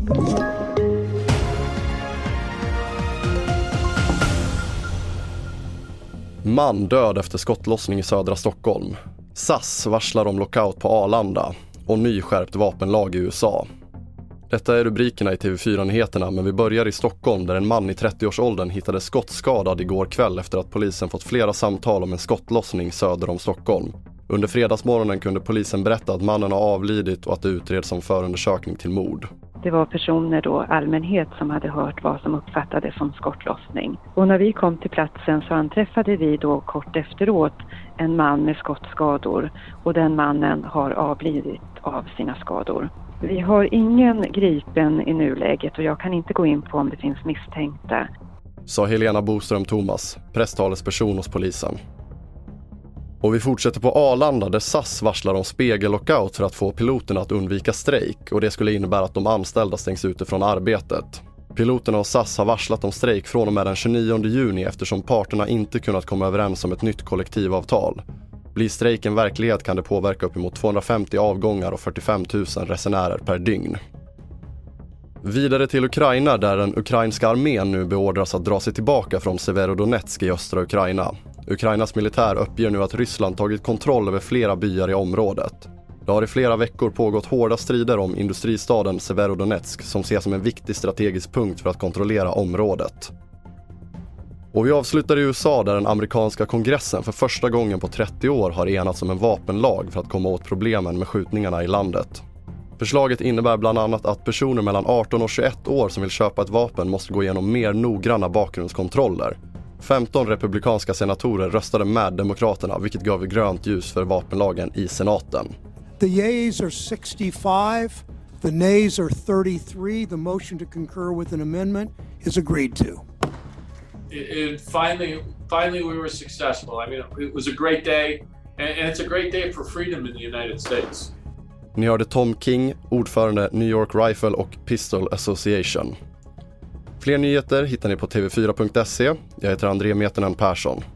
Man död efter skottlossning i södra Stockholm. SAS varslar om lockout på Arlanda och ny skärpt vapenlag i USA. Detta är rubrikerna i TV4-nyheterna, men vi börjar i Stockholm där en man i 30-årsåldern hittades skottskadad igår kväll efter att polisen fått flera samtal om en skottlossning söder om Stockholm. Under fredagsmorgonen kunde polisen berätta att mannen har avlidit och att det utreds som förundersökning till mord. Det var personer då, allmänhet, som hade hört vad som uppfattades som skottlossning. Och när vi kom till platsen så anträffade vi då kort efteråt en man med skottskador. Och den mannen har avlidit av sina skador. Vi har ingen gripen i nuläget och jag kan inte gå in på om det finns misstänkta. Sa Helena Boström Thomas, presstalesperson hos polisen. Och vi fortsätter på Arlanda där SAS varslar om spegellockout för att få piloterna att undvika strejk, och det skulle innebära att de anställda stängs ute från arbetet. Piloterna och SAS har varslat om strejk från och med den 29 juni eftersom parterna inte kunnat komma överens om ett nytt kollektivavtal. Blir strejken verklighet kan det påverka uppemot 250 avgångar och 45 000 resenärer per dygn. Vidare till Ukraina där den ukrainska armén nu beordras att dra sig tillbaka från Severodonetsk i östra Ukraina. Ukrainas militär uppger nu att Ryssland tagit kontroll över flera byar i området. Det har i flera veckor pågått hårda strider om industristaden Severodonetsk som ses som en viktig strategisk punkt för att kontrollera området. Och vi avslutar i USA där den amerikanska kongressen för första gången på 30 år har enats om en vapenlag för att komma åt problemen med skjutningarna i landet. Förslaget innebär bland annat att personer mellan 18 och 21 år som vill köpa ett vapen måste gå igenom mer noggranna bakgrundskontroller. 15 republikanska senatorer röstade med demokraterna, vilket gav grönt ljus för vapenlagen i senaten. The yeas are 65, the nays are 33. The motion to concur with an amendment is agreed to. Finally we were successful. I mean, it was a great day and it's a great day for freedom in the United States. Ni hörde Tom King, ordförande New York Rifle och Pistol Association. Fler nyheter hittar ni på tv4.se. Jag heter André Metenen Persson.